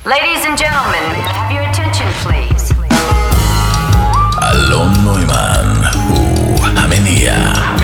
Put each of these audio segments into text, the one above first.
Ladies and gentlemen, may I have your attention please? אלון נוימן הוא המניע.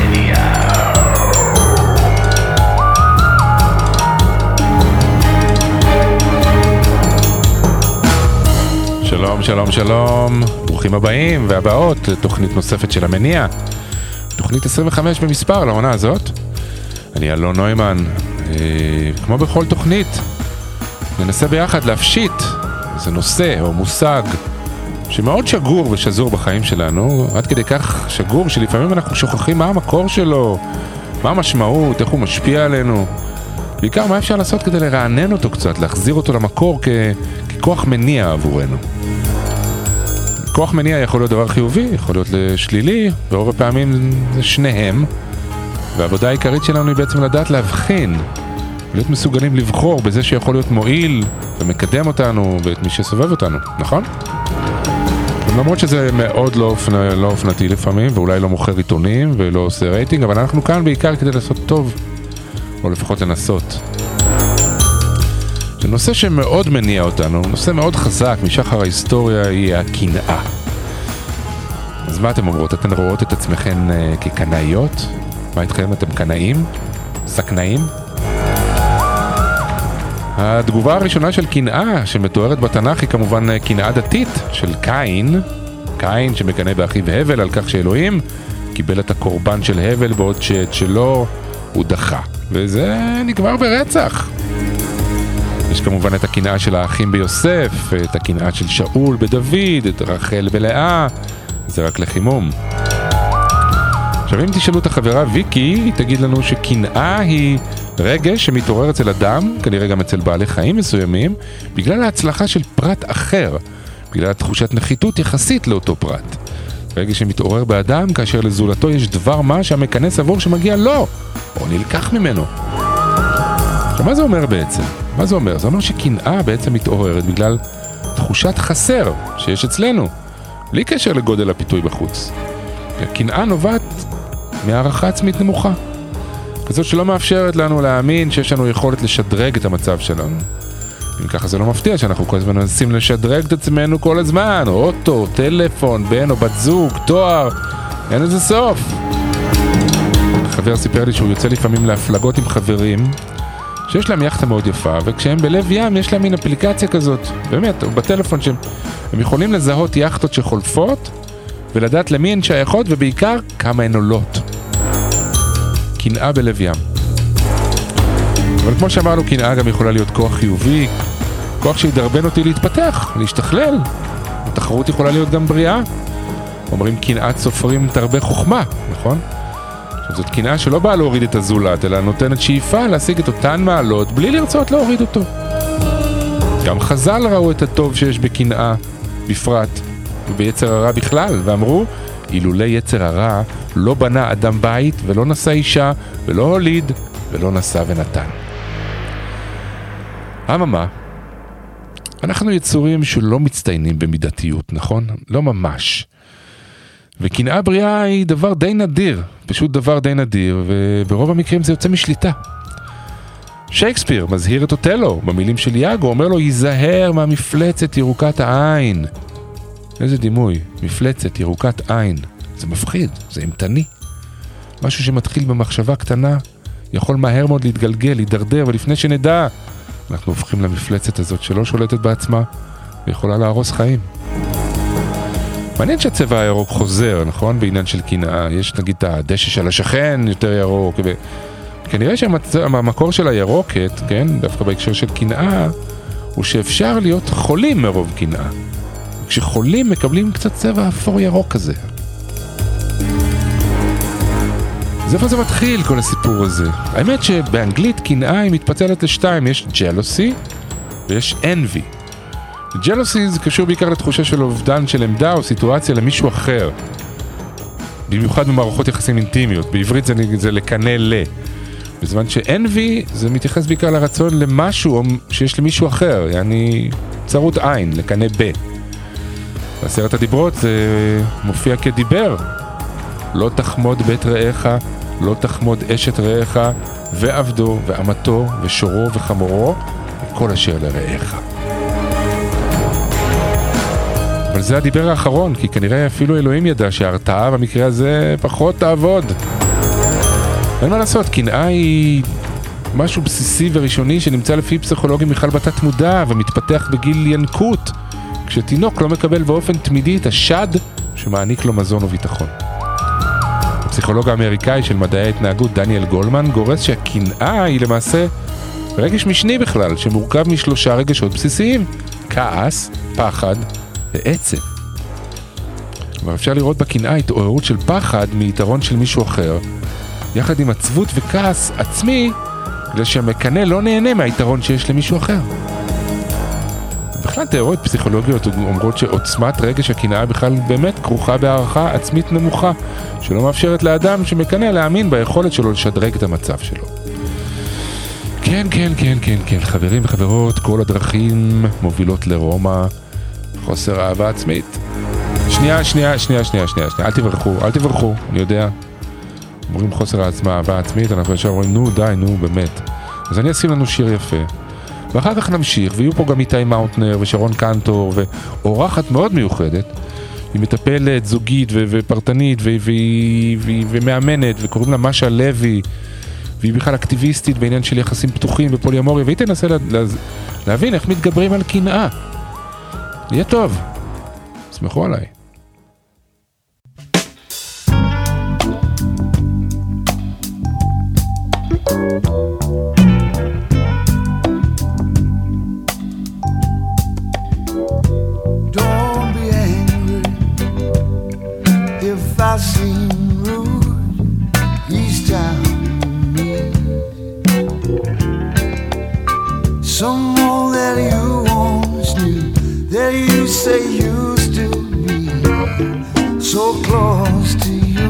שלום, שלום, שלום. ברוכים הבאים והבאות לתוכנית נוספת של המניע. תוכנית 25 במספר לעונה הזאת. אני אלון נוימן. כמו בכל תוכנית, ננסה ביחד להפשיט איזה נושא או מושג שמאוד שגור ושזור בחיים שלנו, עד כדי כך שגור שלפעמים אנחנו שוכחים מה המקור שלו, מה המשמעות, איך הוא משפיע עלינו. בעיקר מה אפשר לעשות כדי לרענן אותו קצת, להחזיר אותו למקור ככוח מניע עבורנו. כוח מניע יכול להיות דבר חיובי, יכול להיות שלילי, ברוב הפעמים זה שניהם, והעבודה העיקרית שלנו היא בעצם לדעת להבחין, להיות מסוגלים לבחור בזה שיכול להיות מועיל ומקדם אותנו ואת מי שסובב אותנו, נכון? למרות שזה מאוד לא אופנתי לפעמים, ואולי לא מוכר עיתונים ולא עושה רייטינג, אבל אנחנו כאן בעיקר כדי לעשות טוב, או לפחות לנסות. זה נושא שמאוד מניע אותנו, נושא מאוד חזק משחר ההיסטוריה, היא הקנאה. אז מה אתם אומרות? אתן רואות את עצמכן כקנאיות? מה איתכם? אתם קנאים? סכנאים? התגובה הראשונה של קנאה שמתוארת בתנ"ך היא כמובן קנאה דתית של קין שמקנא באחיו הבל על כך שאלוהים קיבל את הקורבן של הבל בעוד שאת שלו הוא דחה, וזה נגמר ברצח. יש כמובן את הקנאה של האחים ביוסף, את הקנאה של שאול בדוד, את רחל בלאה, זה רק לחימום. עכשיו אם תשאלו את החברה ויקי, היא תגיד לנו שקנאה היא רגש שמתעורר אצל אדם, כנראה גם אצל בעלי חיים מסוימים, בגלל ההצלחה של פרט אחר, בגלל תחושת נחיתות יחסית לאותו פרט. רגש שמתעורר באדם כאשר לזולתו יש דבר מה שהמקנה סבור שמגיע לו, או נלקח ממנו. עכשיו מה זה אומר בעצם? מה זה אומר? זה אומר שקנאה בעצם מתעוררת בגלל תחושת חסר שיש אצלנו, בלי קשר לגודל הפיתוי בחוץ. הקנאה נובעת מהערכה עצמית נמוכה, כזאת שלא מאפשרת לנו להאמין שיש לנו יכולת לשדרג את המצב שלנו. אם ככה זה לא מפתיע שאנחנו כל הזמן מנסים לשדרג את עצמנו כל הזמן, אוטו, טלפון, בן או בת זוג, תואר, אין לזה סוף. חבר סיפר לי שהוא יוצא לפעמים להפלגות עם חברים שיש להם יחטה מאוד יפה, וכשהם בלב ים יש להם מין אפליקציה כזאת, באמת, בטלפון שהם יכולים לזהות יחטות שחולפות ולדעת למי הן שייכות ובעיקר כמה הן עולות. קנאה בלב ים. אבל כמו שאמרנו, קנאה גם יכולה להיות כוח חיובי, כוח שידרבן אותי להתפתח, להשתכלל. התחרות יכולה להיות גם בריאה. אומרים קנאת סופרים תרבה חוכמה, נכון? זאת קנאה שלא באה להוריד את הזולת, אלא נותנת שאיפה להשיג את אותן מעלות בלי לרצות להוריד אותו. גם חז"ל ראו את הטוב שיש בקנאה בפרט וביצר הרע בכלל, ואמרו, אילולי יצר הרע לא בנה אדם בית ולא נשא אישה ולא הוליד ולא נשא ונתן. אממה, אנחנו יצורים שלא מצטיינים במידתיות, נכון? לא ממש. וקנאה בריאה היא דבר די נדיר, פשוט דבר די נדיר, וברוב המקרים זה יוצא משליטה. שייקספיר מזהיר את אוטלו במילים של יאגו, אומר לו, ייזהר מהמפלצת ירוקת העין. איזה דימוי, מפלצת ירוקת עין. זה מפחיד, זה אימתני. משהו שמתחיל במחשבה קטנה, יכול מהר מאוד להתגלגל, להידרדר, ולפני שנדע, אנחנו הופכים למפלצת הזאת שלא שולטת בעצמה, ויכולה להרוס חיים. מעניין שהצבע הירוק חוזר, נכון? בעניין של קנאה. יש נגיד את הדשא של השכן יותר ירוק, וכנראה שהמקור של הירוקת, כן, דווקא בהקשר של קנאה, הוא שאפשר להיות חולים מרוב קנאה. כשחולים מקבלים קצת צבע אפור ירוק כזה. אז איפה זה מתחיל כל הסיפור הזה? האמת שבאנגלית קנאה היא מתפצלת לשתיים, יש jealousy ויש envy. jealousy זה קשור בעיקר לתחושה של אובדן של עמדה או סיטואציה למישהו אחר. במיוחד במערכות יחסים אינטימיות, בעברית זה לקנא ל. בזמן ש-envy זה מתייחס בעיקר לרצון למשהו שיש למישהו אחר, יעני צרות עין, לקנא ב. בעשרת הדיברות זה מופיע כדיבר. לא תחמוד בית רעך, לא תחמוד אשת רעך, ועבדו, ואמתו, ושורו, וחמורו, וכל אשר לרעך. אבל זה הדיבר האחרון, כי כנראה אפילו אלוהים ידע שההרתעה במקרה הזה פחות תעבוד. אין מה לעשות, קנאה היא משהו בסיסי וראשוני שנמצא לפי פסיכולוגים בכלל בתת מודע ומתפתח בגיל ינקות, כשתינוק לא מקבל באופן תמידי את השד שמעניק לו מזון וביטחון. הפסיכולוג האמריקאי של מדעי ההתנהגות דניאל גולמן גורס שהקנאה היא למעשה רגש משני בכלל, שמורכב משלושה רגשות בסיסיים: כעס, פחד ועצב. אבל אפשר לראות בקנאה התעוררות של פחד מיתרון של מישהו אחר, יחד עם עצבות וכעס עצמי, בגלל שהמקנא לא נהנה מהיתרון שיש למישהו אחר. בכלל תיאוריות פסיכולוגיות אומרות שעוצמת רגש הקנאה בכלל באמת כרוכה בהערכה עצמית נמוכה, שלא מאפשרת לאדם שמקנא להאמין ביכולת שלו לשדרג את המצב שלו. כן, חברים וחברות, כל הדרכים מובילות לרומא, חוסר אהבה עצמית. שנייה, אל תברחו, אני יודע. אומרים חוסר אהבה עצמית, אנחנו ישר אומרים, נו די, נו באמת. אז אני אשים לנו שיר יפה. ואחר כך נמשיך, ויהיו פה גם איתי מאונטנר ושרון קנטור, ואורחת מאוד מיוחדת. היא מטפלת זוגית ופרטנית ומאמנת, וקוראים לה משה לוי, והיא בכלל אקטיביסטית בעניין של יחסים פתוחים ופוליאמוריה, והיא תנסה להבין איך מתגברים על קנאה. יהיה טוב. סמכו עליי. Don't be angry if I seem rude each time we meet. Someone that you once knew, that you say used to be so close to you.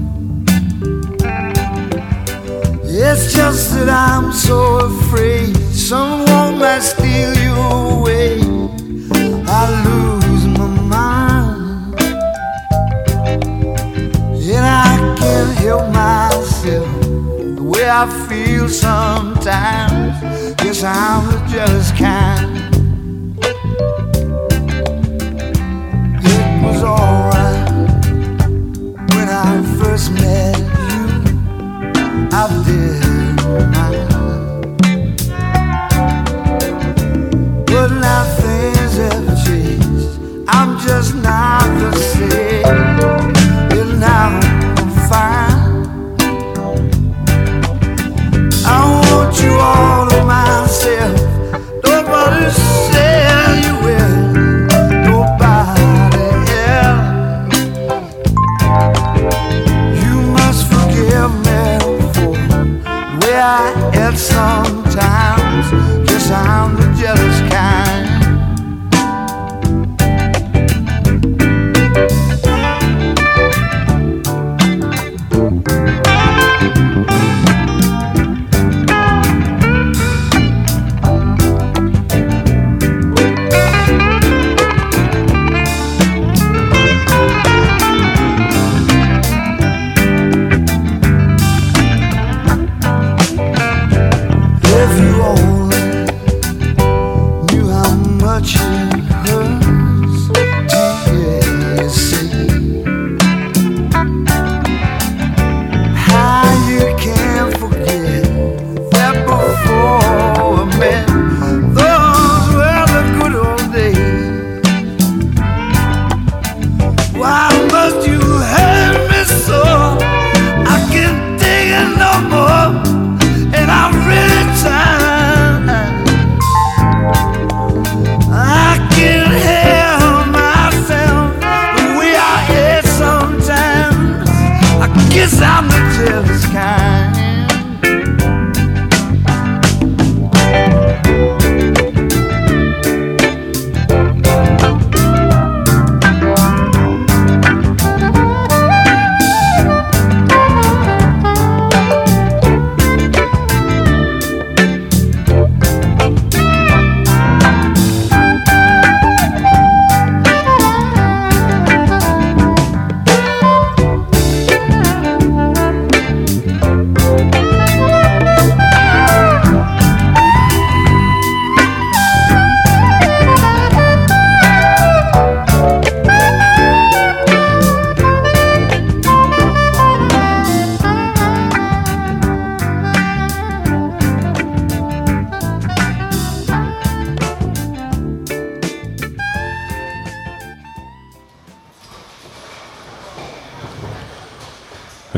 It's just that I'm so afraid someone might steal you away. I lose my mind, and I can't help myself the way I feel sometimes. Guess I'm the jealous kind. It was alright when I first met you. I did mine, but now things have changed. I'm just not the same, and now I'm fine. I want you all to myself. Nobody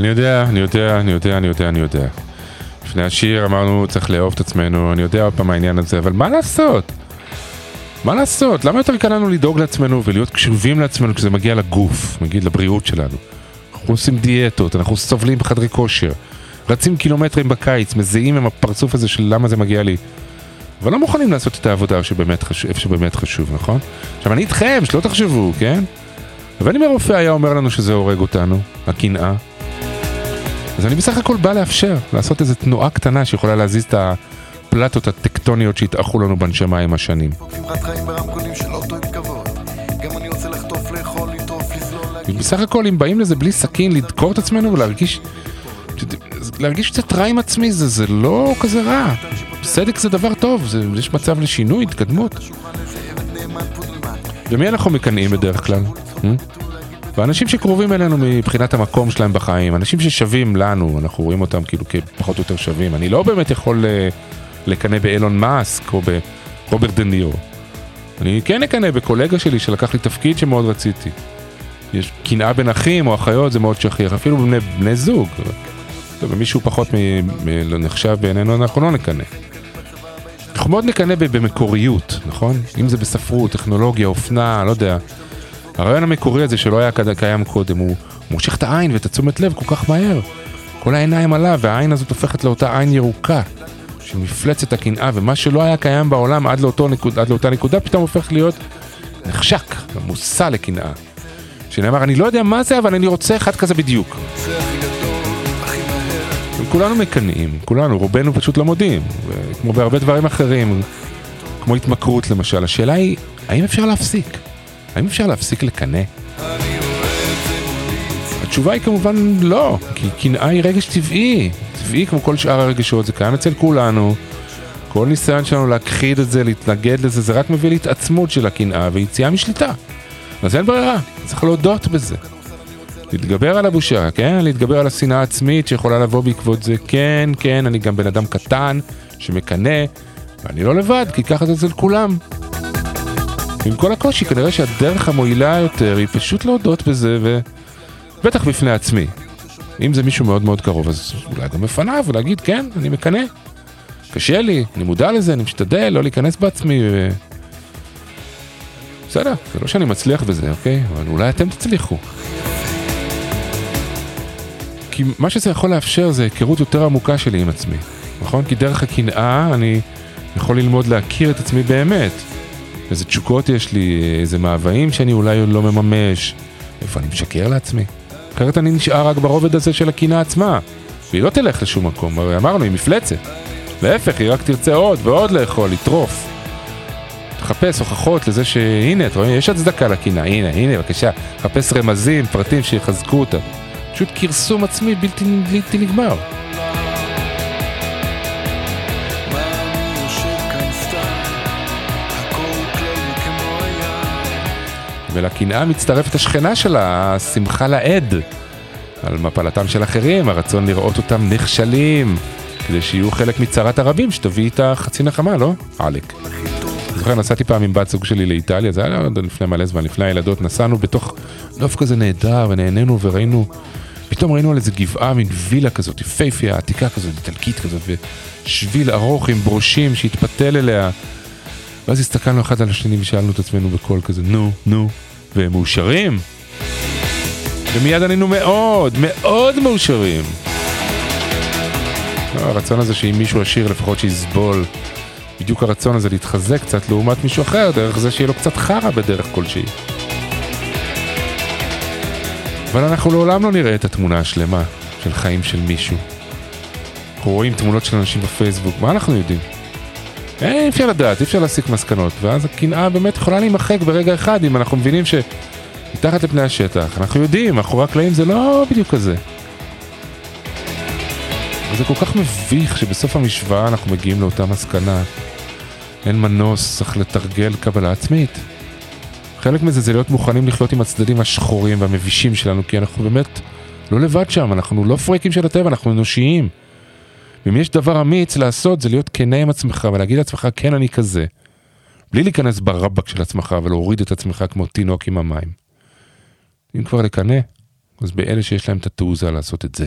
אני יודע. לפני השיר אמרנו צריך לאהוב את עצמנו, אני יודע עוד פעם העניין הזה, אבל מה לעשות? למה יותר קל לנו לדאוג לעצמנו ולהיות קשובים לעצמנו כשזה מגיע לגוף, מגיע לבריאות שלנו? אנחנו עושים דיאטות, אנחנו סובלים בחדרי כושר, רצים קילומטרים בקיץ, מזיעים עם הפרצוף הזה של למה זה מגיע לי, אבל לא מוכנים לעשות את העבודה איפה שבאמת חשוב, נכון? עכשיו אני איתכם, שלא תחשבו, כן? אבל אם הרופא היה אומר לנו שזה הורג אותנו, הקנאה, אז אני בסך הכל בא לאפשר, לעשות איזו תנועה קטנה שיכולה להזיז את הפלטות הטקטוניות שהתאחו לנו בנשמה עם השנים. בסך הכל אם באים לזה בלי סכין, לדקור את עצמנו ולהרגיש קצת רע עם עצמי, זה לא כזה רע. סדק זה דבר טוב, יש מצב לשינוי, התקדמות. ומי אנחנו מקנאים בדרך כלל? ואנשים שקרובים אלינו מבחינת המקום שלהם בחיים, אנשים ששווים לנו, אנחנו רואים אותם כאילו כפחות או יותר שווים. אני לא באמת יכול לקנא באילון מאסק או ברוברט דה נירו. אני כן אקנא בקולגה שלי שלקח לי תפקיד שמאוד רציתי. יש קנאה בין אחים או אחיות, זה מאוד שכיח, אפילו בני זוג. ומישהו פחות נחשב בעינינו, אנחנו לא נקנא. אנחנו מאוד נקנא במקוריות, נכון? אם זה בספרות, טכנולוגיה, אופנה, לא יודע. הרעיון המקורי הזה שלא היה קיים קודם, הוא מושך את העין ואת התשומת לב כל כך מהר. כל העיניים עליו, והעין הזאת הופכת לאותה עין ירוקה, שמפלצת הקנאה, ומה שלא היה קיים בעולם עד לאותה נקודה, פתאום הופך להיות נחשק, מושא לקנאה. שנאמר, אני לא יודע מה זה, אבל אני רוצה אחד כזה בדיוק. כולנו מקנאים, רובנו פשוט לא מודים, כמו בהרבה דברים אחרים, כמו התמכרות למשל. השאלה היא, האם אפשר להפסיק? האם אפשר להפסיק לקנא? התשובה היא כמובן לא, כי קנאה היא רגש טבעי כמו כל שאר הרגשות, זה קיים אצל כולנו. כל ניסיון שלנו להכחיד את זה, להתנגד לזה, זה רק מביא להתעצמות של הקנאה ויציאה משליטה. אז אין ברירה, צריך להודות בזה. להתגבר על הבושה, כן? להתגבר על השנאה העצמית שיכולה לבוא בעקבות זה. כן, אני גם בן אדם קטן שמקנא, ואני לא לבד, כי ככה זה אצל כולם. עם כל הקושי, כנראה שהדרך המועילה יותר היא פשוט להודות בזה, ובטח בפני עצמי. אם זה מישהו מאוד מאוד קרוב, אז אולי גם בפניו, ולהגיד, כן, אני מקנא. קשה לי, אני מודע לזה, אני משתדל לא להיכנס בעצמי, בסדר, זה לא שאני מצליח בזה, אוקיי? אבל אולי אתם תצליחו. כי מה שזה יכול לאפשר זה היכרות יותר עמוקה שלי עם עצמי, נכון? כי דרך הקנאה אני יכול ללמוד להכיר את עצמי באמת. איזה תשוקות יש לי, איזה מאוויים שאני אולי לא מממש, איפה אני משקר לעצמי. אחרת אני נשאר רק ברובד הזה של הקנאה עצמה, והיא לא תלך לשום מקום, הרי אמרנו, היא מפלצת. להפך, היא רק תרצה עוד ועוד לאכול, לטרוף. תחפש הוכחות לזה שהנה, אתה רואה, יש הצדקה לקנאה, הנה, בבקשה, תחפש רמזים, פרטים שיחזקו אותה. פשוט כרסום עצמי בלתי נגמר. ולקנאה מצטרפת השכנה שלה, השמחה לעד, על מפלתם של אחרים, הרצון לראות אותם נכשלים, כדי שיהיו חלק מצרת הרבים, שתביא איתה חצי נחמה, לא? עלק. זוכר, נסעתי פעם עם בת זוג שלי לאיטליה, זה היה לפני מלא זמן, לפני הילדות, נסענו בתוך נוף כזה נהדר, ונהנינו וראינו, פתאום ראינו על איזה גבעה, מין וילה כזאת, יפהפייה, עתיקה כזאת, איטלקית כזאת, ושביל ארוך עם ברושים שהתפתל אליה, ואז הסתכלנו אחד על השני ושאלנו את עצמנו בקול כזה, נו, והם מאושרים? ומיד ענינו מאוד, מאוד מאושרים. הרצון הזה שאם מישהו עשיר לפחות שיסבול, בדיוק הרצון הזה להתחזק קצת לעומת מישהו אחר, דרך זה שיהיה לו קצת חרה בדרך כלשהי. אבל אנחנו לעולם לא נראה את התמונה השלמה של חיים של מישהו. אנחנו רואים תמונות של אנשים בפייסבוק, מה אנחנו יודעים? אי אפשר לדעת, אי אפשר להסיק מסקנות, ואז הקנאה באמת יכולה להימחק ברגע אחד, אם אנחנו מבינים שמתחת לפני השטח, אנחנו יודעים, מאחורי הקלעים זה לא בדיוק כזה. וזה כל כך מביך שבסוף המשוואה אנחנו מגיעים לאותה מסקנה. אין מנוס, צריך לתרגל קבלה עצמית. חלק מזה זה להיות מוכנים לחיות עם הצדדים השחורים והמבישים שלנו, כי אנחנו באמת לא לבד שם, אנחנו לא פריקים של הטבע, אנחנו אנושיים. ואם יש דבר אמיץ לעשות, זה להיות כנה עם עצמך, ולהגיד לעצמך, כן, אני כזה. בלי להיכנס ברבק של עצמך, ולהוריד את עצמך כמו תינוק עם המים. אם כבר לקנה, אז באלה שיש להם את התעוזה לעשות את זה.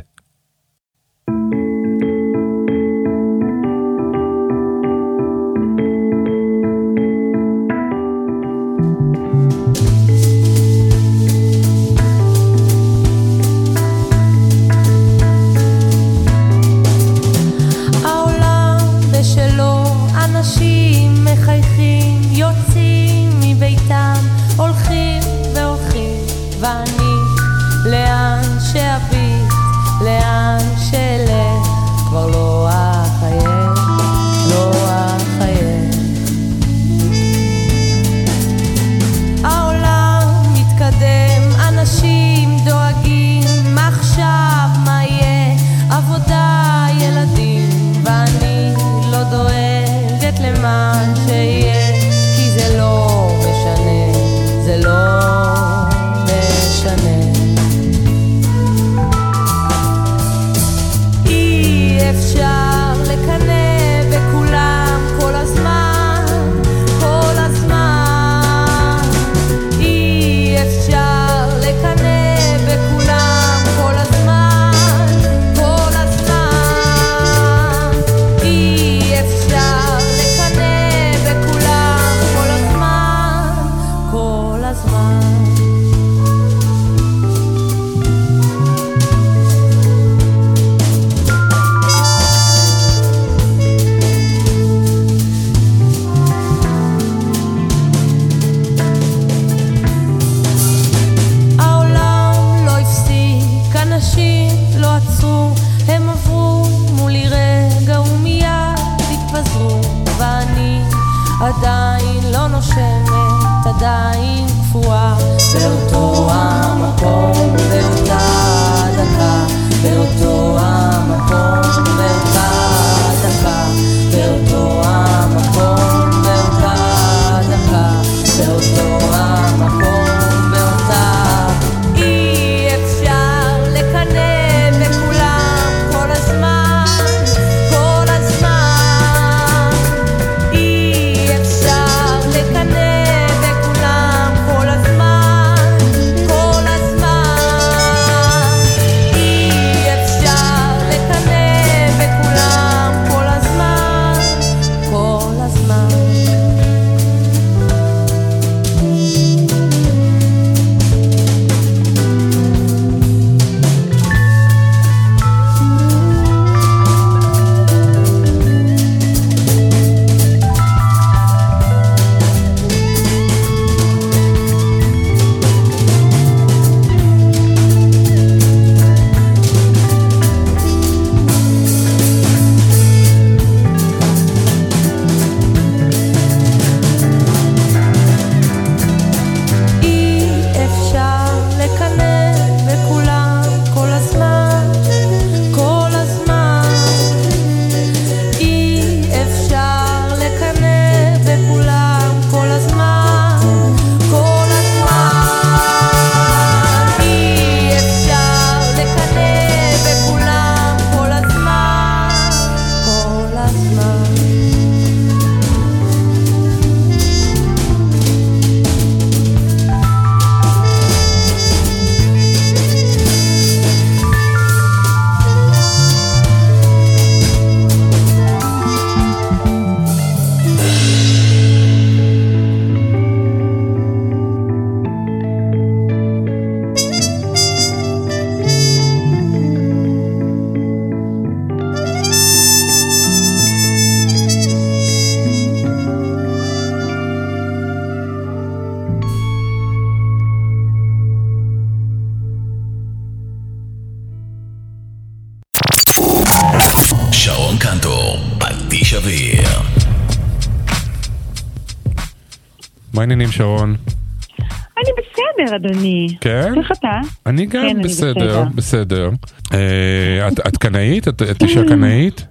מה העניינים שרון? אני בסדר אדוני. כן? איך אתה? אני גם בסדר. את קנאית? את אישה קנאית?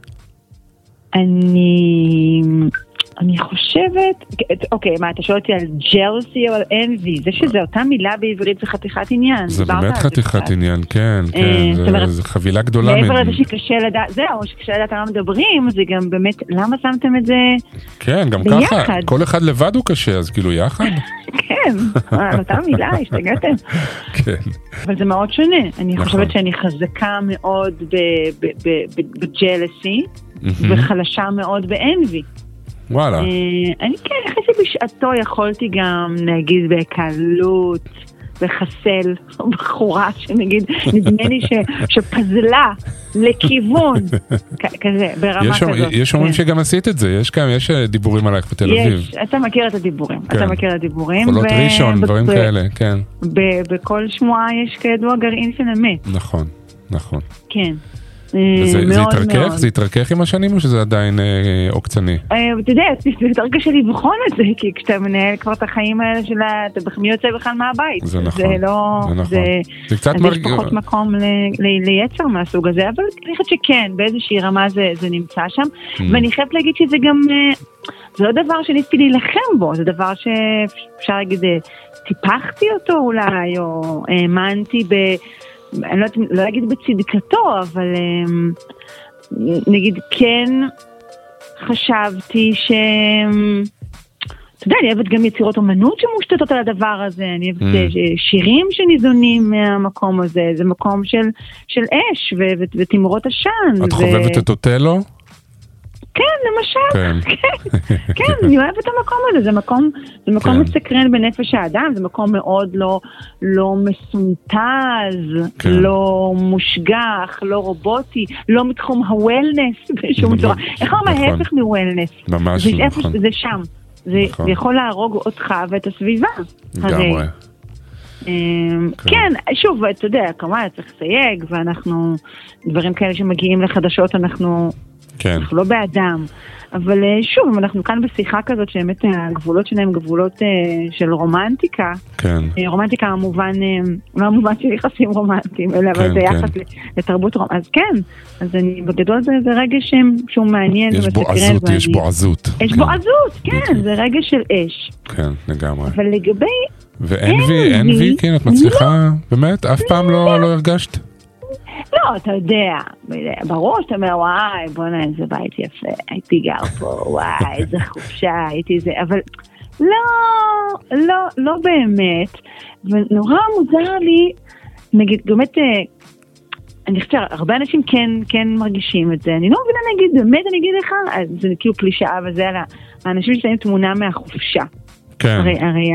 אני חושבת, אוקיי, מה, אתה שואל אותי על jealousy או על envy? זה שזה אותה מילה בעברית זה חתיכת עניין. זה באמת חתיכת עניין, כן, זה חבילה גדולה. מעבר לזה שקשה לדעת, זהו, שקשה לדעת על מה מדברים, זה גם באמת, למה שמתם את זה כן, גם ככה, כל אחד לבד הוא קשה, אז כאילו יחד? כן, על אותה מילה, השתגעתם. כן. אבל זה מאוד שונה. אני חושבת שאני חזקה מאוד בג'לסי, וחלשה מאוד באנבי. וואלה. אני כן, אחרי שבשעתו יכולתי גם להגיד בקלות, לחסל בחורה שנגיד, נדמה לי שפזלה לכיוון, כזה, ברמה כזאת. יש אומרים שגם עשית את זה, יש דיבורים עלייך בתל אביב. יש, אתה מכיר את הדיבורים, אתה מכיר את הדיבורים. חולות ראשון, דברים כאלה, כן. בכל שמועה יש כידוע גרעין של אמת. נכון, נכון. כן. זה התרכך עם השנים או שזה עדיין עוקצני? אתה יודע, זה יותר קשה לבחון את זה, כי כשאתה מנהל כבר את החיים האלה אתה מי יוצא בכלל מהבית. זה נכון, זה קצת אז יש פחות מקום ליצר מהסוג הזה, אבל אני חושבת שכן, באיזושהי רמה זה נמצא שם, ואני חייבת להגיד שזה גם, זה לא דבר שניסיתי להילחם בו, זה דבר שאפשר להגיד, טיפחתי אותו אולי, או האמנתי אני לא אגיד בצדקתו, אבל נגיד כן חשבתי אתה יודע, אני אוהבת גם יצירות אומנות שמושתתות על הדבר הזה, אני אוהבת שירים שניזונים מהמקום הזה, זה מקום של אש ותמרות עשן. את חובבת את אוטלו? כן, למשל, כן, אני אוהבת את המקום הזה, זה מקום מסקרן בנפש האדם, זה מקום מאוד לא מסונטז, לא מושגח, לא רובוטי, לא מתחום הוולנס בשום צורה. איך אומרים ההפך מוולנס? ממש נכון. זה שם, זה יכול להרוג אותך ואת הסביבה. לגמרי. כן, שוב, אתה יודע, כמובן צריך לסייג, ואנחנו, דברים כאלה שמגיעים לחדשות, אנחנו לא באדם, אבל שוב, אנחנו כאן בשיחה כזאת שבאמת הגבולות שלהם גבולות של רומנטיקה, רומנטיקה המובן, לא המובן של יחסים רומנטיים, אלא אבל זה יחס לתרבות רומנטית, אז כן, אז אני בגדול זה רגש שהוא מעניין, יש בו עזות, יש בו עזות, יש בו עזות, כן, זה רגש של אש, כן, לגמרי, אבל לגבי ואנבי, כן, את מצליחה, באמת, אף פעם לא הרגשת? לא, אתה יודע, ברור שאתה אומר, וואי, בוא'נה, איזה בית יפה, הייתי גר פה, וואי, איזה חופשה, הייתי זה, אבל לא באמת, ונורא מוזר לי, נגיד, באמת, אני חושבת שהרבה אנשים כן מרגישים את זה, אני לא מבינה, נגיד, באמת אני אגיד לך, זה כאילו קלישאה, וזה על האנשים ששמים תמונה מהחופשה. כן. הרי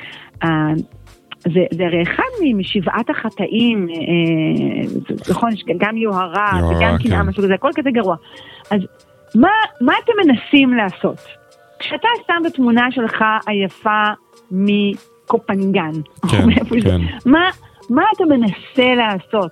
זה הרי אחד משבעת החטאים, נכון, גם יוהרה, וגם קנאה, משהו כזה, הכל כזה גרוע. אז מה אתם מנסים לעשות? כשאתה שם בתמונה שלך היפה מקופנגן, מה אתה מנסה לעשות?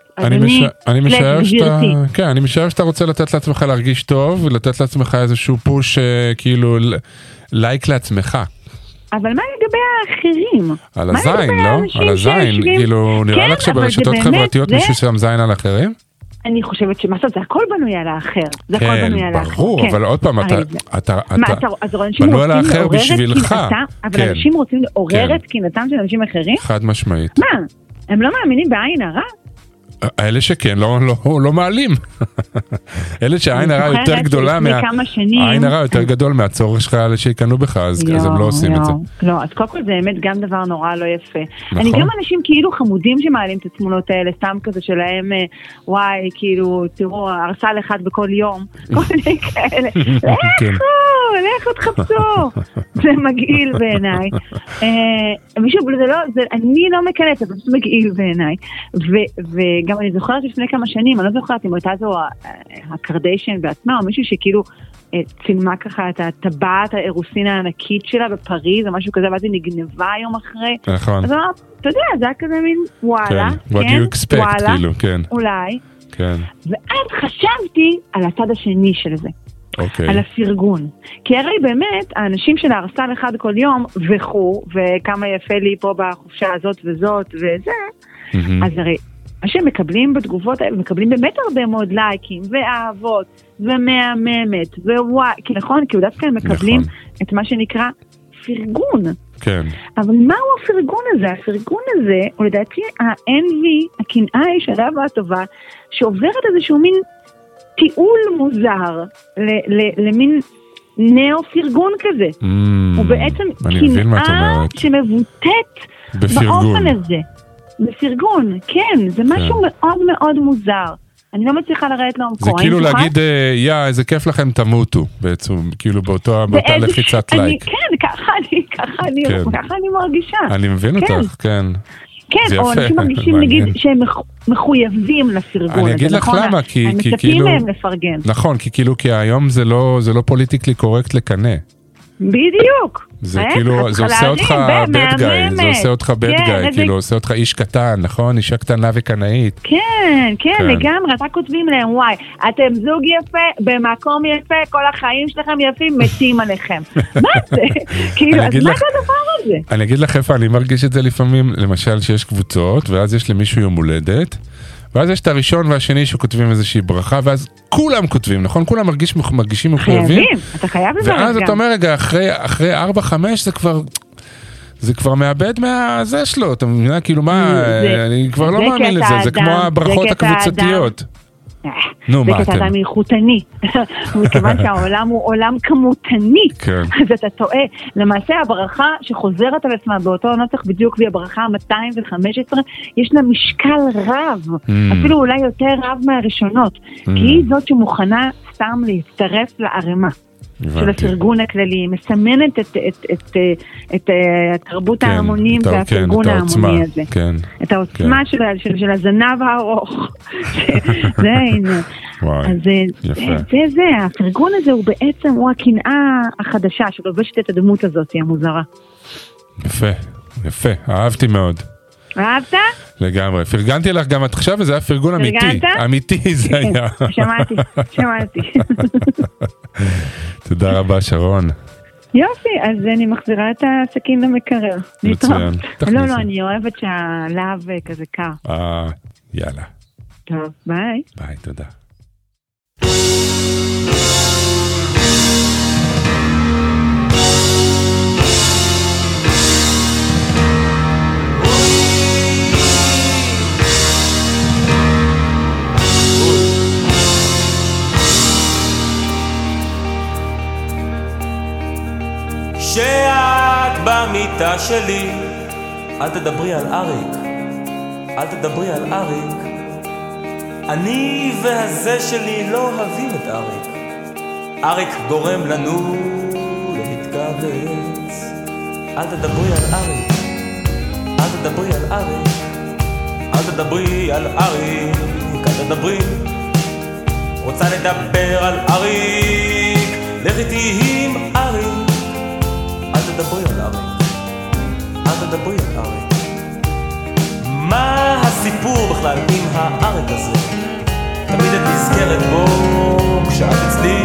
אני משער שאתה רוצה לתת לעצמך להרגיש טוב, ולתת לעצמך איזשהו פוש, כאילו, לייק לעצמך. אבל מה לגבי האחרים? על הזין, לא? על הזין, כאילו, נראה לך שברשתות חברתיות מישהו שם זין על אחרים? אני חושבת שמה זה הכל בנוי על האחר. זה הכל בנוי על האחר. ברור, אבל עוד פעם, אתה בנוי על האחר בשבילך. אבל אנשים רוצים לעורר את קנאתם של אנשים אחרים? חד משמעית. מה? הם לא מאמינים בעין הרע? אלה שכן, לא מעלים. אלה שהעין הרע יותר גדולה, העין הרע יותר גדול מהצורך שלך שיקנו בך, אז הם לא עושים את זה. לא, אז קודם כל זה באמת גם דבר נורא לא יפה. אני גם אנשים כאילו חמודים שמעלים את התמונות האלה, סתם כזה שלהם, וואי, כאילו, תראו, הרסל אחד בכל יום, כל מיני כאלה. לכו תחפשו. זה מגעיל בעיניי. מישהו, אני לא מקנאת, זה פשוט מגעיל בעיניי. וגם אני זוכרת לפני כמה שנים, אני לא זוכרת אם הייתה זו הקרדיישן בעצמה, או מישהו שכאילו צילמה ככה את הטבעת האירוסין הענקית שלה בפריז, או משהו כזה, ואז היא נגנבה יום אחרי. נכון. אז אמרת, אתה יודע, זה היה כזה מין וואלה, what you expect, כאילו, כן. אולי. כן. ואז חשבתי על הצד השני של זה. על הפרגון. כי הרי באמת, האנשים של הרסל אחד כל יום, וכו, וכמה יפה לי פה בחופשה הזאת וזאת וזה, אז הרי מה שהם מקבלים בתגובות האלה, מקבלים באמת הרבה מאוד לייקים, ואהבות, ומהממת, ווואי, כי נכון, כי דווקא הם מקבלים את מה שנקרא פרגון. כן. אבל מהו הפרגון הזה? הפרגון הזה, הוא לדעתי, האנבי, הקנאה הישנה והטובה, שעוברת איזשהו מין טיעול מוזר, למין נאו-פרגון כזה. הוא בעצם קנאה שמבוטאת באופן הזה. בפרגון, כן, זה משהו מאוד מאוד מוזר. אני לא מצליחה לראות לעומקו. זה כאילו להגיד, איזה כיף לכם תמותו, בעצם, כאילו באותה לחיצת לייק. כן, ככה אני מרגישה. אני מבין אותך, כן. כן, או אנשים מרגישים, נגיד, שהם מחויבים לפרגון. אני אגיד לך למה, כי כאילו... הם מצפים מהם לפרגן. נכון, כי היום זה לא פוליטיקלי קורקט לקנה. בדיוק. זה כאילו, זה עושה אותך bad guy, זה עושה אותך bad guy, כאילו עושה אותך איש קטן, נכון? אישה קטנה וקנאית. כן, לגמרי, אתה כותבים להם, וואי, אתם זוג יפה, במקום יפה, כל החיים שלכם יפים, מתים עליכם. מה זה? כאילו, אז מה זה הדבר הזה? אני אגיד לך איפה, אני מרגיש את זה לפעמים, למשל שיש קבוצות, ואז יש למישהו יום הולדת, ואז יש את הראשון והשני שכותבים איזושהי ברכה, ואז כולם כותבים, נכון? כולם מרגישים מחויבים. אתה חייב לברך גם. ואז אתה אומר, רגע, אחרי 4-5 זה כבר מאבד מהזה שלו, אתה מבינה? כאילו מה, אני כבר לא מאמין לזה, זה כמו הברכות הקבוצתיות. זה קטע אדם איכותני, מכיוון שהעולם הוא עולם כמותני, אז אתה טועה. למעשה הברכה שחוזרת על עצמה באותו נוסח בדיוק והברכה 215, יש לה משקל רב, אפילו אולי יותר רב מהראשונות, כי היא זאת שמוכנה סתם להצטרף לערימה של הפרגון הכללי, מסמנת את תרבות ההמונים והפרגון ההמוני הזה. את העוצמה של הזנב הארוך. זה העניין. אז זה, הפרגון הזה הוא בעצם, הוא הקנאה החדשה שלובשת את הדמות הזאת, המוזרה. יפה, אהבתי מאוד. אהבת? לגמרי, פרגנתי לך גם עד עכשיו, וזה היה פרגון אמיתי. אמיתי זה היה. שמעתי. תודה רבה, שרון. יופי, אז אני מחזירה את הסכין למקרר. מצוין. לא, אני אוהבת שהלהב כזה קר. יאללה. טוב, ביי. ביי, תודה. שאת במיטה שלי, אל תדברי על אריק, אל תדברי על אריק. אני והזה שלי לא אוהבים את אריק. אריק גורם לנו להתכווץ. אל תדברי על אריק, אל תדברי על אריק, אל תדברי על אריק, אל תדברי. רוצה לדבר על אריק, לך איתי עם אריק. אל תדברי על אריק, אל תדברי על אריק. מה הסיפור בכלל עם האריק הזה? תמיד את נזכרת בו כשאת אצלי.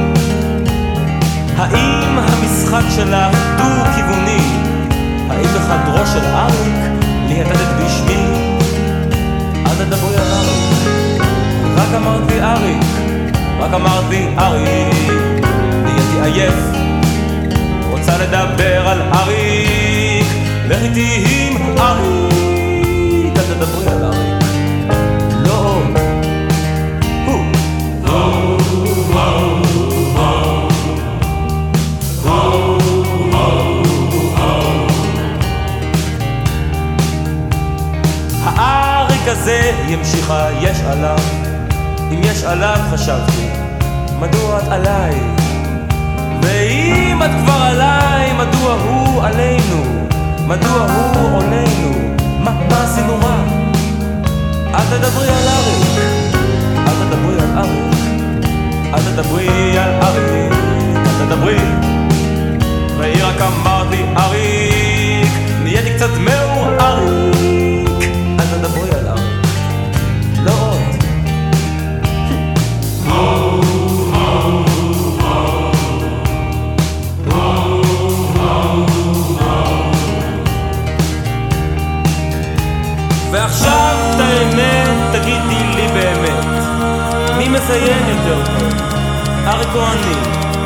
האם המשחק שלך דו-כיווני? האם בחדרו של אריק להטטת בשמי? אל תדברי על אריק, רק אמרתי אריק, רק אמרתי אריק. נהייתי עייף, רוצה לדבר על אריק, לך איתי עם אריק. אל תדברי על אריק, לא האריק הזה ימשיכה, יש עליו. אם יש עליו חשבתי, מדוע את עליי? ואם את כבר עליי, מדוע הוא עלינו? מדוע הוא עולנו? מה עשינו רע? אל תדברי על אריק, אל תדברי על אריק, אל תדברי על אריק, אל תדברי. ראי רק אמרתי אריק, נהייתי קצת מאור אריק. אל תדברי על אריק, לא עוד. ועכשיו את האמת תגידי לי באמת, מי מזיין יותר טוב, אריק או אני?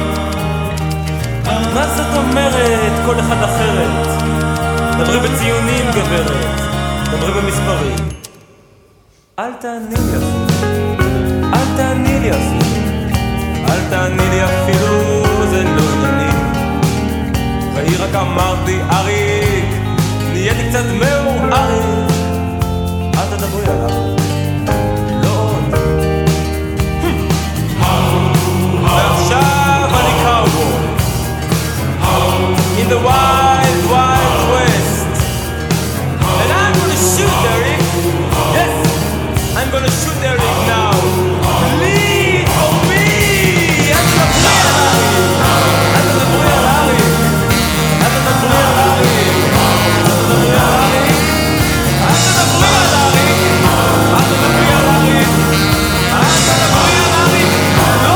מה זאת אומרת כל אחד אחרת? דברי בציונים גברת, דברי במספרים. אל תעני לי אפילו, אל תעני לי אפילו, אל תעני לי אפילו. זה לא ענייני. והיא רק אמרתי, אריק, נהייתי קצת מאוחר, אל תדברי עליו, לא עוד. ועכשיו אני קאובוי, in the wild, wild west, and I'm gonna shoot Eric, yes, I'm gonna shoot Eric now. Please, for me, אל תדברי על אריק, אל תדברי על אריק, אל תדברי על אריק, אל תדברי על אריק, אל תדברי על אריק, אל תדברי על אריק, אל תדברי על אריק, לא!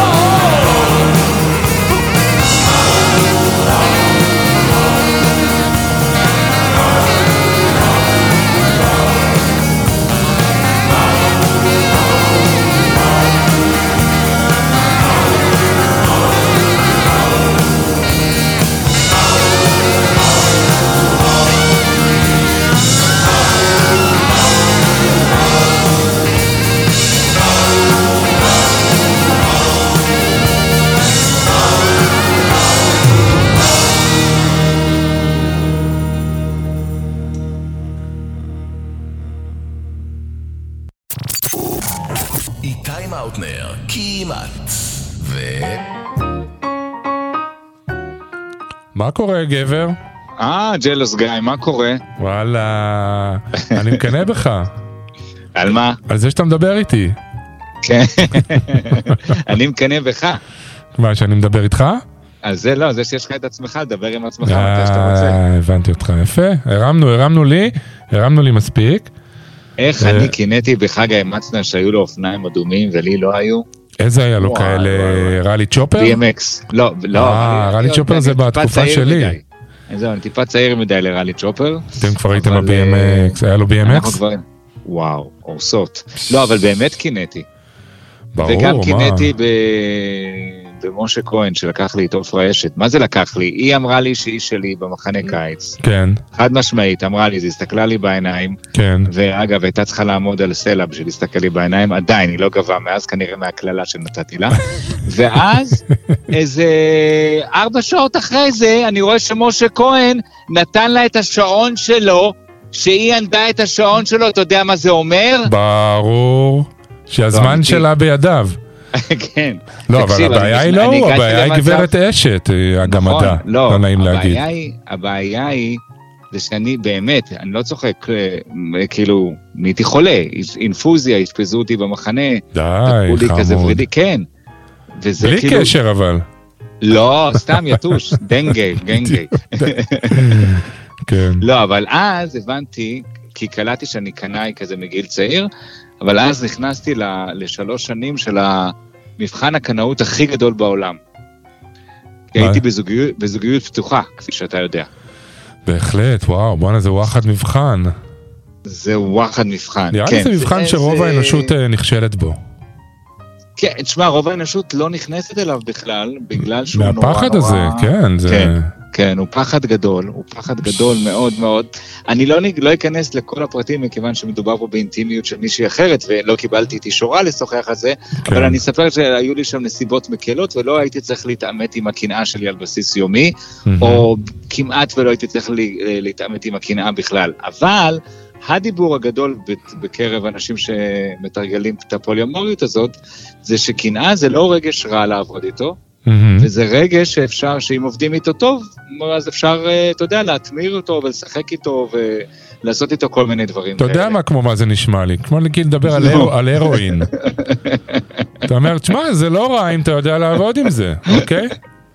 איתי מאוטנר, כמעט. מה קורה, גבר? ג'לוס גיא, מה קורה? וואלה, אני מקנא בך. על מה? על זה שאתה מדבר איתי. כן, אני מקנא בך. מה, שאני מדבר איתך? על זה לא, זה שיש לך את עצמך, לדבר עם עצמך מתי שאתה רוצה. הבנתי אותך, יפה. הרמנו לי מספיק. איך אני קינאתי בחג האמצנה שהיו לו אופניים אדומים ולי לא היו? איזה היה לו כאלה? רלי צ'ופר? BMX. לא. רלי צ'ופר זה בתקופה שלי. זהו, אני טיפה צעיר מדי לרלי צ'ופר. אתם כבר הייתם ב-BMX, היה לו BMX? וואו, אורסות. לא, אבל באמת קינאתי. ברור, וגם קינאתי במשה כהן שלקח לי את עופרה אשת. מה זה לקח לי? היא אמרה לי שהיא שלי במחנה קיץ. כן. חד משמעית, אמרה לי, זה הסתכלה לי בעיניים. כן. ואגב, הייתה צריכה לעמוד על סלע בשביל להסתכל לי בעיניים, עדיין, היא לא גבה מאז, כנראה מהכללה שנתתי לה. ואז, איזה 4 שעות אחרי זה, אני רואה שמשה כהן נתן לה את השעון שלו, שהיא ענדה את השעון שלו, אתה יודע מה זה אומר? ברור. שהזמן שלה בידיו. כן. לא, אבל הבעיה היא לא, הבעיה היא גברת אשת, הגמדה. לא נעים להגיד. הבעיה היא, זה שאני באמת, אני לא צוחק, כאילו, נהייתי חולה, אינפוזיה, השפזו אותי במחנה. די, חמוד. כן. בלי קשר אבל. לא, סתם יתוש, דנגי, גנגי. כן. לא, אבל אז הבנתי, כי קלטתי שאני קנאי כזה מגיל צעיר, אבל אז נכנסתי ל3 שנים של המבחן הקנאות הכי גדול בעולם. כי הייתי בזוגיות פתוחה, כפי שאתה יודע. בהחלט, וואו, בואנה, זה וואחד מבחן. זה וואחד מבחן, נראה לי זה מבחן שרוב האנושות נכשלת בו. כן, תשמע, רוב האנושות לא נכנסת אליו בכלל, בגלל שהוא נורא נורא... מהפחד הזה, כן, זה... כן, הוא פחד גדול מאוד מאוד. אני לא אכנס לכל הפרטים, מכיוון שמדובר פה באינטימיות של מישהי אחרת, ולא קיבלתי את אישורה לשוחח על זה, אבל אני אספר שהיו לי שם נסיבות מקלות, ולא הייתי צריך להתאמת עם הקנאה שלי על בסיס יומי, או כמעט ולא הייתי צריך להתאמת עם הקנאה בכלל. אבל הדיבור הגדול בקרב אנשים שמתרגלים את הפוליומוריות הזאת, זה שקנאה זה לא רגש רע לעבוד איתו, וזה רגש שאפשר, שאם עובדים איתו טוב, אז אפשר, אתה יודע, להתמיר אותו ולשחק איתו ולעשות איתו כל מיני דברים. אתה יודע מה, כמו מה זה נשמע לי? כמו להגיד לדבר על הרואין. אתה אומר, תשמע, זה לא רע אם אתה יודע לעבוד עם זה, אוקיי?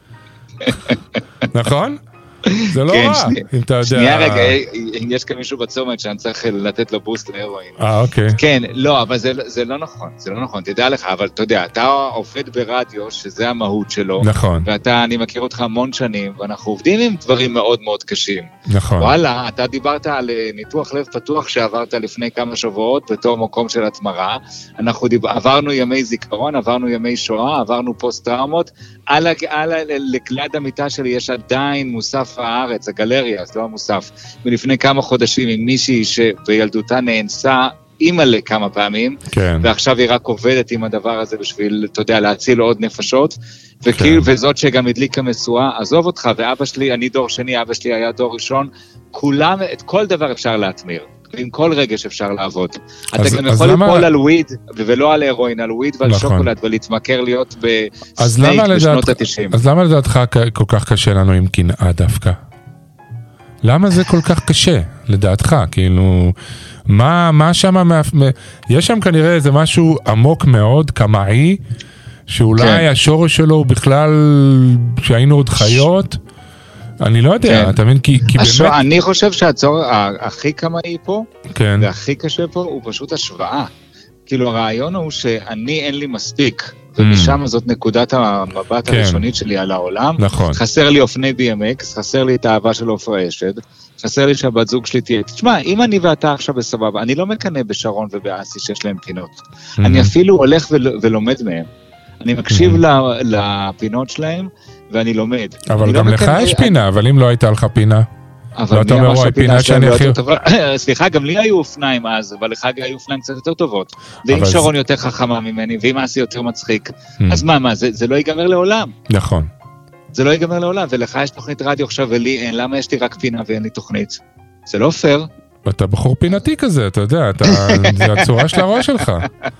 נכון? זה לא רע, אם אתה יודע... שנייה רגע, יש כאן מישהו בצומת שאני צריך לתת לו בוסט להרואין. אוקיי. כן, לא, אבל זה לא נכון, זה לא נכון, תדע לך, אבל אתה יודע, אתה עובד ברדיו, שזה המהות שלו. נכון. אני מכיר אותך המון שנים, ואנחנו עובדים עם דברים מאוד מאוד קשים. נכון. וואלה, אתה דיברת על ניתוח לב פתוח שעברת לפני כמה שבועות, בתור מקום של התמרה. אנחנו עברנו ימי זיכרון, עברנו ימי שואה, עברנו פוסט-טראומות. ליד המיטה שלי יש עדיין מוסף הארץ, הגלריה, זה לא המוסף, ולפני כמה חודשים עם מישהי שבילדותה נאנסה אימא לכמה פעמים, כן. ועכשיו היא רק עובדת עם הדבר הזה בשביל, אתה יודע, להציל עוד נפשות, וכאילו, וזאת שגם הדליקה משואה, עזוב אותך, ואבא שלי, אני דור שני, אבא שלי היה דור ראשון, כולם, את כל דבר אפשר להתמיר. עם כל רגש אפשר לעבוד. אתה גם יכול ליפול על וויד, ולא על הרואין, על וויד ועל שוקולד, ולהתמכר להיות בסנייק בשנות ה-90. אז למה לדעתך כל כך קשה לנו עם קנאה דווקא? למה זה כל כך קשה, לדעתך? כאילו, מה שם, יש שם כנראה איזה משהו עמוק מאוד, קמאי, שאולי השורש שלו הוא בכלל, שהיינו עוד חיות, אני לא יודע, אתה מבין, כי באמת... אני חושב שהצורך הכי קמאי פה, והכי קשה פה, הוא פשוט השוואה. כאילו, הרעיון הוא שאני אין לי מספיק, ומשם זאת נקודת המבט הראשונית שלי על העולם. חסר לי אופני BMX, חסר לי את האהבה של עופרה אשד, חסר לי שהבת זוג שלי תהיה. תשמע, אם אני ואתה עכשיו בסבבה, אני לא מקנא בשרון ובאסי שיש להם פינות. אני אפילו הולך ולומד מהם. אני מקשיב לפינות שלהם, ואני לומד. אבל גם לך יש פינה, אבל אם לא הייתה לך פינה, ואתה אומר, וואי, פינה שאני הכי... סליחה, גם לי היו אופניים אז, אבל לך היו אופניים קצת יותר טובות. ואם שרון יותר חכמה ממני, ואם אסי יותר מצחיק, אז מה, זה לא ייגמר לעולם. נכון. זה לא ייגמר לעולם, ולך יש תוכנית רדיו עכשיו, ולי אין, למה יש לי רק פינה ואין לי תוכנית? זה לא פייר. אתה בחור פינתי כזה, אתה יודע, זה הצורה של הראש שלך.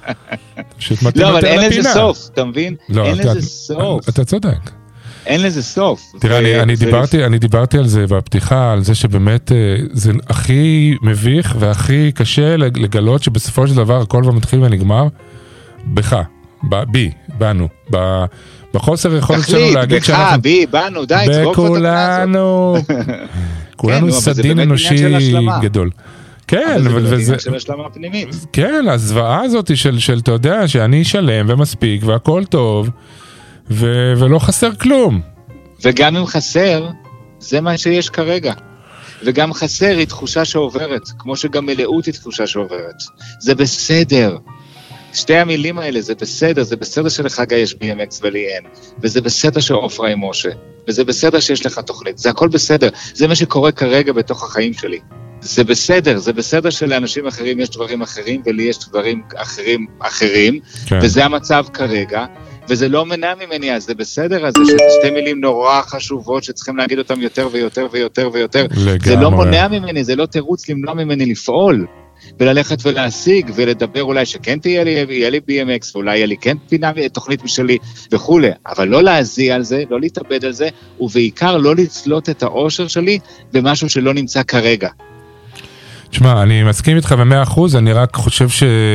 לא, אבל אין לזה סוף, אתה מבין? אין לזה סוף. אתה צודק. אין לזה סוף. תראה, אני דיברתי על זה בפתיחה, על זה שבאמת זה הכי מביך והכי קשה לגלות שבסופו של דבר הכל כבר מתחיל ונגמר בך, בנו, בחוסר יכולת שלנו להגיד שאנחנו... תחליט, בך, בי, בנו, די, בכולנו. כולנו סדין אנושי גדול. כן, אבל זה עניין של השלמה פנימית. כן, הזוועה הזאת של, אתה יודע, שאני שלם ומספיק והכל טוב, ולא חסר כלום. וגם אם חסר, זה מה שיש כרגע. וגם חסר היא תחושה שעוברת, כמו שגם מלאות היא תחושה שעוברת. זה בסדר. שתי המילים האלה, זה בסדר שלחגה יש BMX ולי אין, וזה בסדר שעופרה עם משה, וזה בסדר שיש לך תוכנית, זה הכל בסדר, זה מה שקורה כרגע בתוך החיים שלי. זה בסדר שלאנשים אחרים יש דברים אחרים, ולי יש דברים אחרים, כן. וזה המצב כרגע, וזה לא מנע ממני, אז זה בסדר, אז זה שתי מילים נורא חשובות, שצריכים להגיד אותם יותר ויותר ויותר ויותר, לגמרי. זה לא מונע ממני, זה לא תירוץ למנוע ממני לפעול, וללכת ולהשיג, ולדבר אולי שכן יהיה לי BMX, ואולי יהיה לי כן פינה תוכנית משלי, וכו'. אבל לא להזיע על זה, לא להתאבד על זה, ובעיקר לא לצלות את האושר שלי, במשהו שלא נמצא כרגע. תשמע, אני מסכים איתך ב100%, אני רק חושב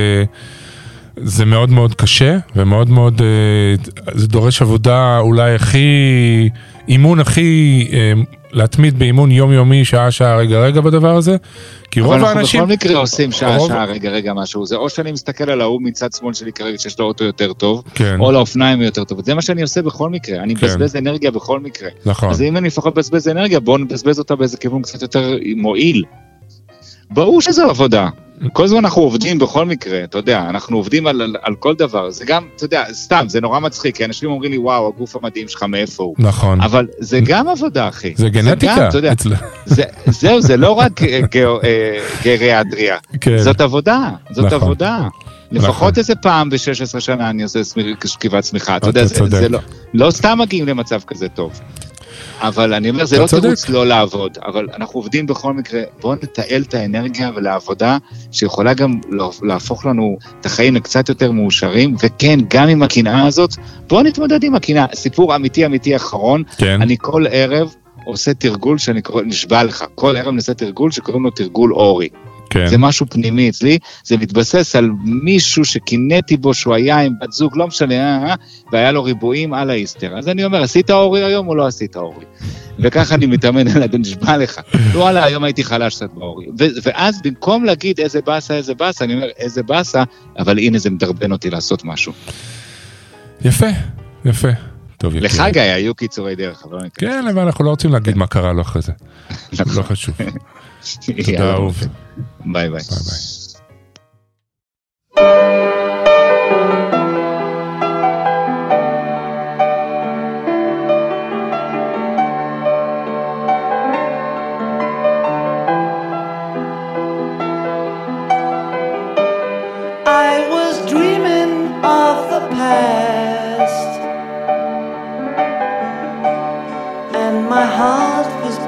שזה מאוד מאוד קשה, ומאוד מאוד, זה דורש עבודה אולי אימון הכי, להתמיד באימון יומיומי, שעה, רגע בדבר הזה, כי רוב האנשים... אבל אנחנו בכל מקרה עושים שעה, רגע משהו, זה או שאני מסתכל על ההוא מצד שמאל שלי כרגע, שיש לו אוטו יותר טוב, או לאופניים יותר טוב, זה מה שאני עושה בכל מקרה, אני מבזבז אנרגיה בכל מקרה. נכון. אז אם אני לפחות מבזבז אנרגיה, בואו נבזבז אותה באיזה כיוון קצת יותר מועיל. ברור שזו עבודה. כל זמן אנחנו עובדים בכל מקרה, אתה יודע, אנחנו עובדים על כל דבר, זה גם, אתה יודע, סתם, זה נורא מצחיק, כי אנשים אומרים לי, וואו, הגוף המדהים שלך מאיפה הוא. נכון. אבל זה גם עבודה, אחי. זה גנטיקה. זהו, זה לא רק גריאטריה. זאת עבודה, לפחות איזה פעם ב-16 שנה אני עושה שכיבת צמיחה, אתה יודע, זה לא סתם מגיעים למצב כזה טוב. אבל אני אומר, זה לא תירוץ לא לעבוד, אבל אנחנו עובדים בכל מקרה, בואו נתעל את האנרגיה ולעבודה, שיכולה גם להפוך לנו את החיים לקצת יותר מאושרים, וכן, גם עם הקנאה הזאת, בואו נתמודד עם הקנאה. סיפור אמיתי אחרון, אני כל ערב עושה תרגול שאני נשבע לך, כל ערב נעשה תרגול שקוראים לו תרגול אורי. זה משהו פנימי אצלי, זה מתבסס על מישהו שקינאתי בו שהוא היה עם בת זוג, לא משנה, והיה לו ריבועים על האיסטר. אז אני אומר, עשית אורי היום או לא עשית אורי? וככה אני מתאמן על זה, נשבע לך. לא עלה, היום הייתי חלש קצת באורי. ואז במקום להגיד איזה באסה, אני אומר איזה באסה, אבל הנה זה מדרבן אותי לעשות משהו. יפה. טוב, לך גיא, היו קיצורי דרך, אבל... כן, אבל אנחנו לא רוצים להגיד מה קרה לו אחרי זה. לא חשוב. תודה אהוב. ביי.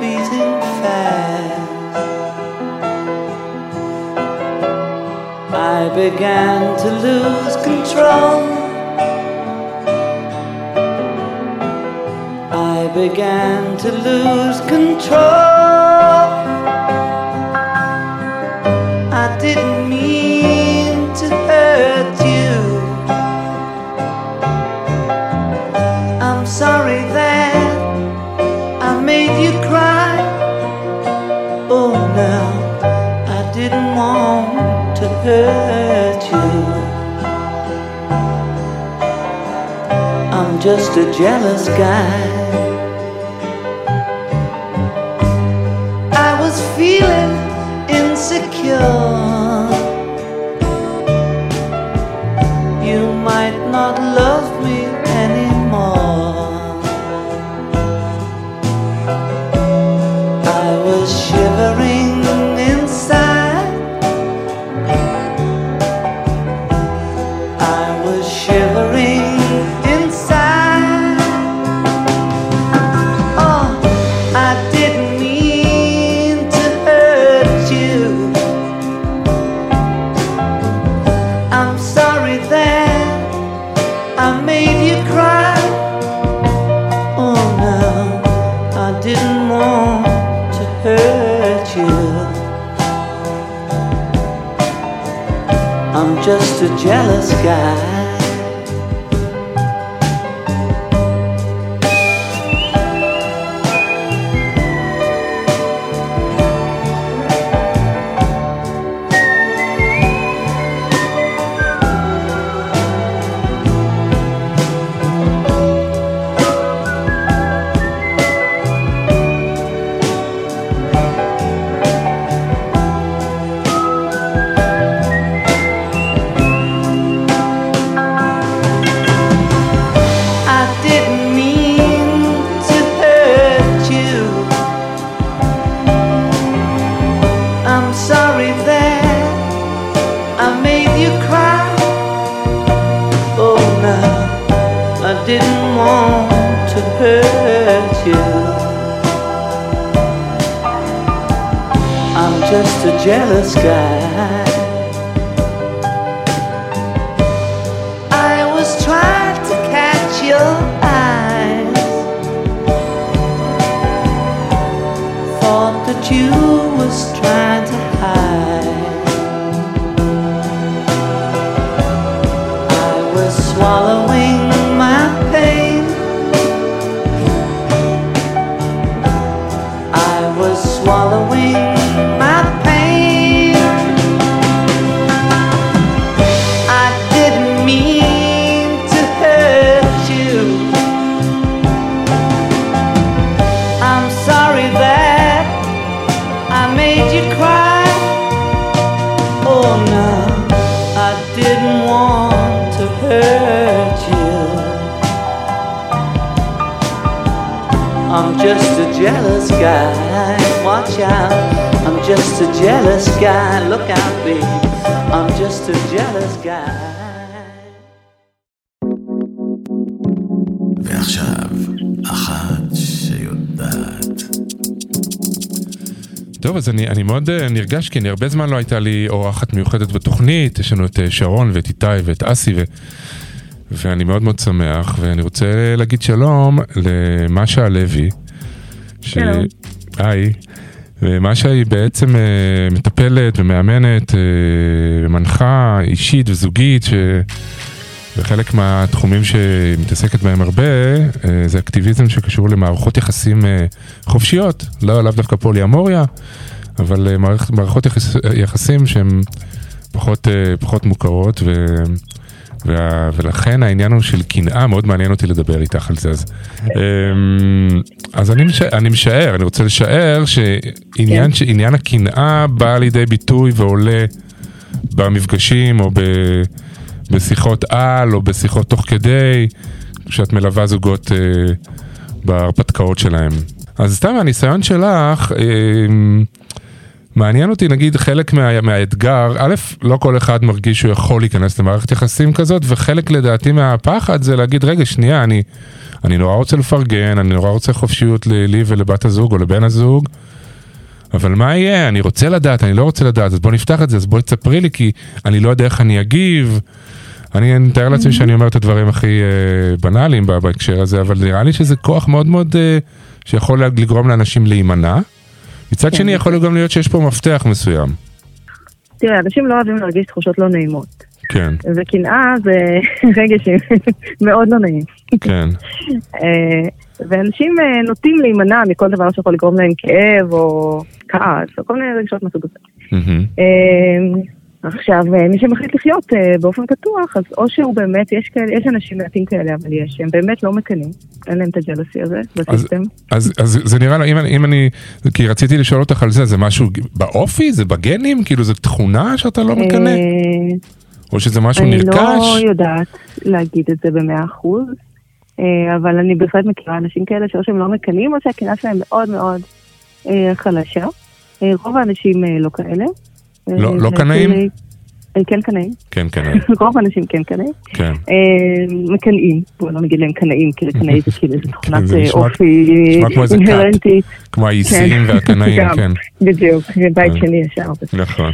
beating fast. I began to lose control. I began to lose control. I didn't mean to hurt you. I'm sorry that I made you cry. Oh no, I didn't want to hurt you. I'm just a jealous guy. I was feeling insecure. You might not love me anymore. I was shivering inside. I was shivering inside. Oh, I didn't mean to hurt you. I'm sorry that I made you cry. Oh no, I didn't want to hurt you. I'm just a jealous guy. Just a jealous guy. I was trying to catch your eyes. Thought that you was trying to hide. I was swallowing my pain. I was swallowing my pain. I didn't mean to hurt you. I'm sorry that I made you cry. Oh no, I didn't want to hurt you. I'm just a jealous guy. Watch out, I'm just a jealous guy. Look out, babe, I'm just a jealous guy. ועכשיו, אחת שיודעת. טוב, אז אני מאוד נרגש, כי הרבה זמן לא הייתה לי אורחת מיוחדת בתוכנית. יש לנו את שרון ואת איתי ואת אסי, ואני מאוד מאוד שמח, ואני רוצה להגיד שלום למשה הלוי. שלום. היי. ומשה היא בעצם מטפלת ומאמנת, מנחה אישית וזוגית, שבחלק מהתחומים שמתעסקת בהם הרבה, זה אקטיביזם שקשור למערכות יחסים חופשיות, לאו דווקא פוליאמוריה, אבל מערכות יחסים שהן פחות מוכרות, ולכן העניין הוא של קנאה, מאוד מעניין אותי לדבר איתך על זה. אז אני משער, אני רוצה לשער שעניין הקנאה בא לידי ביטוי ועולה במפגשים או בשיחות על או בשיחות תוך כדי, כשאת מלווה זוגות בהרפתקאות שלהם. אז סתם הניסיון שלך, מעניין אותי, נגיד, חלק מהאתגר, א', לא כל אחד מרגיש שהוא יכול להיכנס למערכת יחסים כזאת, וחלק לדעתי מהפחד זה להגיד, רגע, שנייה, אני נורא רוצה לפרגן, אני נורא רוצה חופשיות לי ולבת הזוג או לבן הזוג, אבל מה יהיה? אני רוצה לדעת, אני לא רוצה לדעת, אז בוא נפתח את זה, אז בוא תספרי לי, כי אני לא יודע איך אני אגיב, אני מתאר לעצמי שאני אומר את הדברים הכי בנאליים בהקשר הזה, אבל נראה לי שזה כוח מאוד מאוד שיכול לגרום לאנשים להימנע. מצד שני יכול גם להיות שיש פה מפתח מסוים. תראה, אנשים לא אוהבים להרגיש תחושות לא נעימות. כן. וקנאה זה רגש מאוד לא נעים. כן. ואנשים נוטים להימנע מכל דבר שיכול לגרום להם כאב או כעס, או כל מיני רגשות מסוג הזה. עכשיו, מי שמחליט לחיות באופן פתוח, אז או שהוא באמת, יש אנשים מעטים כאלה, אבל יש, הם באמת לא מקנים, אין להם את הג'לסי הזה בסיסטם. אז זה נראה לי, אם אני, כי רציתי לשאול אותך על זה, זה משהו באופי, זה בגנים, כאילו זה תכונה שאתה לא מקנה? או שזה משהו נרכש? אני לא יודעת להגיד את זה ב100%, אבל אני בהחלט מכירה אנשים כאלה שאו שהם לא מקנים, או שהקנאה שלהם מאוד מאוד חלשה. רוב האנשים לא כאלה. לא קנאים? כן קנאים. כן קנאים. רוב האנשים כן קנאים. כן. מקנאים. בואו לא נגיד להם קנאים, כי לקנאי זה כאילו תכונת אופי אינהרנטית. כמו האיסים והקנאים, כן. בדיוק, זה בית שני ישר. נכון.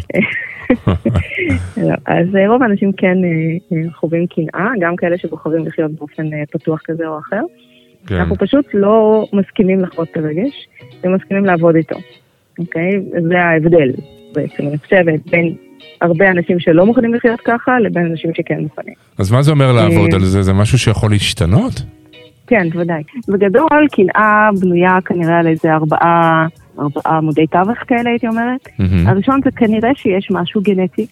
אז רוב האנשים כן חווים קנאה, גם כאלה שבוחרים לחיות באופן פתוח כזה או אחר. אנחנו פשוט לא מסכימים לחוות את הרגש, ומסכימים לעבוד איתו. אוקיי? זה ההבדל בעצם, אני חושבת, בין הרבה אנשים שלא מוכנים לחיות ככה, לבין אנשים שכן מוכנים. אז מה זה אומר לעבוד על זה? זה משהו שיכול להשתנות? כן, בוודאי. בגדול, קנאה בנויה כנראה על איזה 4 עמודי תווך כאלה, הייתי אומרת. הראשון זה כנראה שיש משהו גנטי,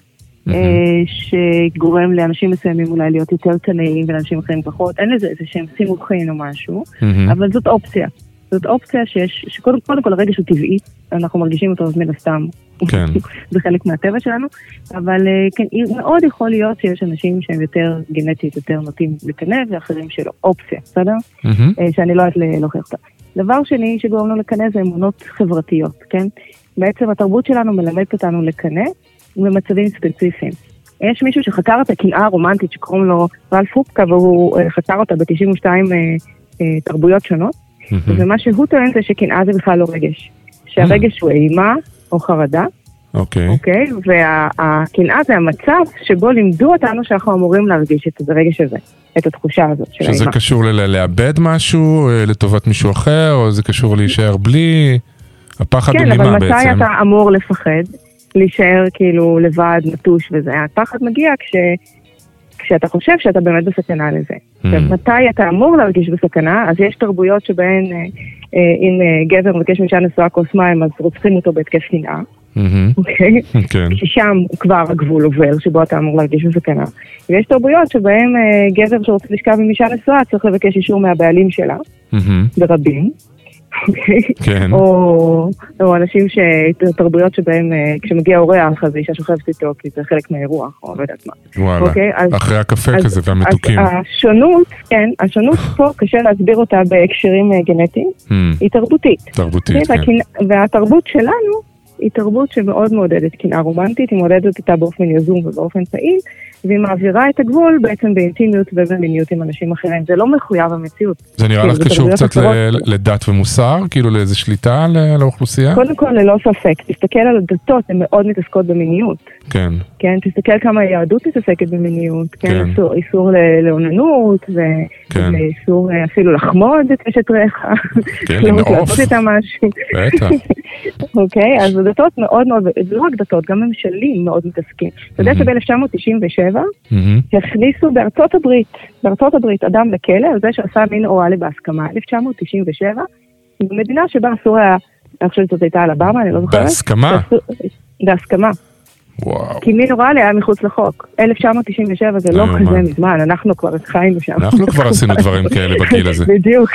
שגורם לאנשים מסוימים אולי להיות יותר קנאים ולאנשים אחרים פחות. אין לזה איזה שהם סימוכין או משהו, אבל זאת אופציה. זאת אופציה שקודם כל הרגש הוא טבעי, אנחנו מרגישים אותו מן הסתם, זה חלק מהטבע שלנו, אבל כן, מאוד יכול להיות שיש אנשים שהם יותר גנטית, יותר נוטים לקנא, ואחרים שלא, אופציה, בסדר? שאני לא יודעת להוכיח אותה. דבר שני שגורם לנו לקנא זה אמונות חברתיות, כן? בעצם התרבות שלנו מלמדת אותנו לקנא במצבים ספציפיים. יש מישהו שחקר את הקנאה הרומנטית שקוראים לו רלף פוקה, והוא חקר אותה ב-92 תרבויות שונות, ומה שהוא טוען זה שקנאה זה בכלל לא רגש. שהרגש הוא אימה או חרדה. אוקיי. והקנאה זה המצב שבו לימדו אותנו שאנחנו אמורים להרגיש את הרגש הזה, את התחושה הזאת של האימה. שזה קשור לאבד משהו לטובת מישהו אחר, או זה קשור להישאר בלי הפחד הוא ממה בעצם. כן, אבל מתי אתה אמור לפחד? להישאר כאילו לבד, נטוש וזה. הפחד מגיע כשאתה חושב שאתה באמת בסכנה לזה. מתי אתה אמור להרגיש בסכנה? אז יש תרבויות שבהן אם גבר מבקש משנה נשואה כוס מים, אז רוצחים אותו בהתקף קנאה. אוקיי? ששם כבר הגבול עובר, שבו אתה אמור להרגיש בסכנה. ויש תרבויות שבהן גבר שרוצה לשכב עם אישה נשואה, צריך לבקש אישור מהבעלים שלה, ברבים. או אנשים תרבויות שבהם כשמגיע אורח אז האישה שוכבת איתו כי זה חלק מהאירוח או לא יודעת מה. וואלה, אחרי הקפה כזה והמתוקים. השונות פה קשה להסביר אותה בהקשרים גנטיים, היא תרבותית. והתרבות שלנו היא תרבות שמאוד מעודדת קנאה רומנטית, היא מעודדת אותה באופן יזום ובאופן פעיל, והיא מעבירה את הגבול בעצם באינטימיות ובמיניות עם אנשים אחרים. זה לא מחויב המציאות. זה נראה לך קשור קצת לדת ומוסר? כאילו לאיזו שליטה על האוכלוסייה? קודם כל ללא ספק. תסתכל על הדתות, הן מאוד מתעסקות במיניות. כן. כן, תסתכל כמה היהדות מתעסקת במיניות. כן, איסור לאוננות, ואיסור אפילו לחמוד את אשת רעך. כן, לעוף. בטח. אוקיי, אז הדתות מאוד מאוד, זה לא רק דתות, גם ממשלים מאוד מתעסקים. אתה יודע שב-1997 הכניסו בארצות הברית אדם לכלא, על זה שעשה מין אוראלי בהסכמה, 1997, במדינה שבה אסור היה, אני חושבת שזאת הייתה אלבמה, אני לא זוכרת. בהסכמה? בהסכמה. וואו. כי מין אוראלי היה מחוץ לחוק. 1997 זה לא כזה מזמן, אנחנו כבר חיינו שם. אנחנו כבר עשינו דברים כאלה בגיל הזה. בדיוק.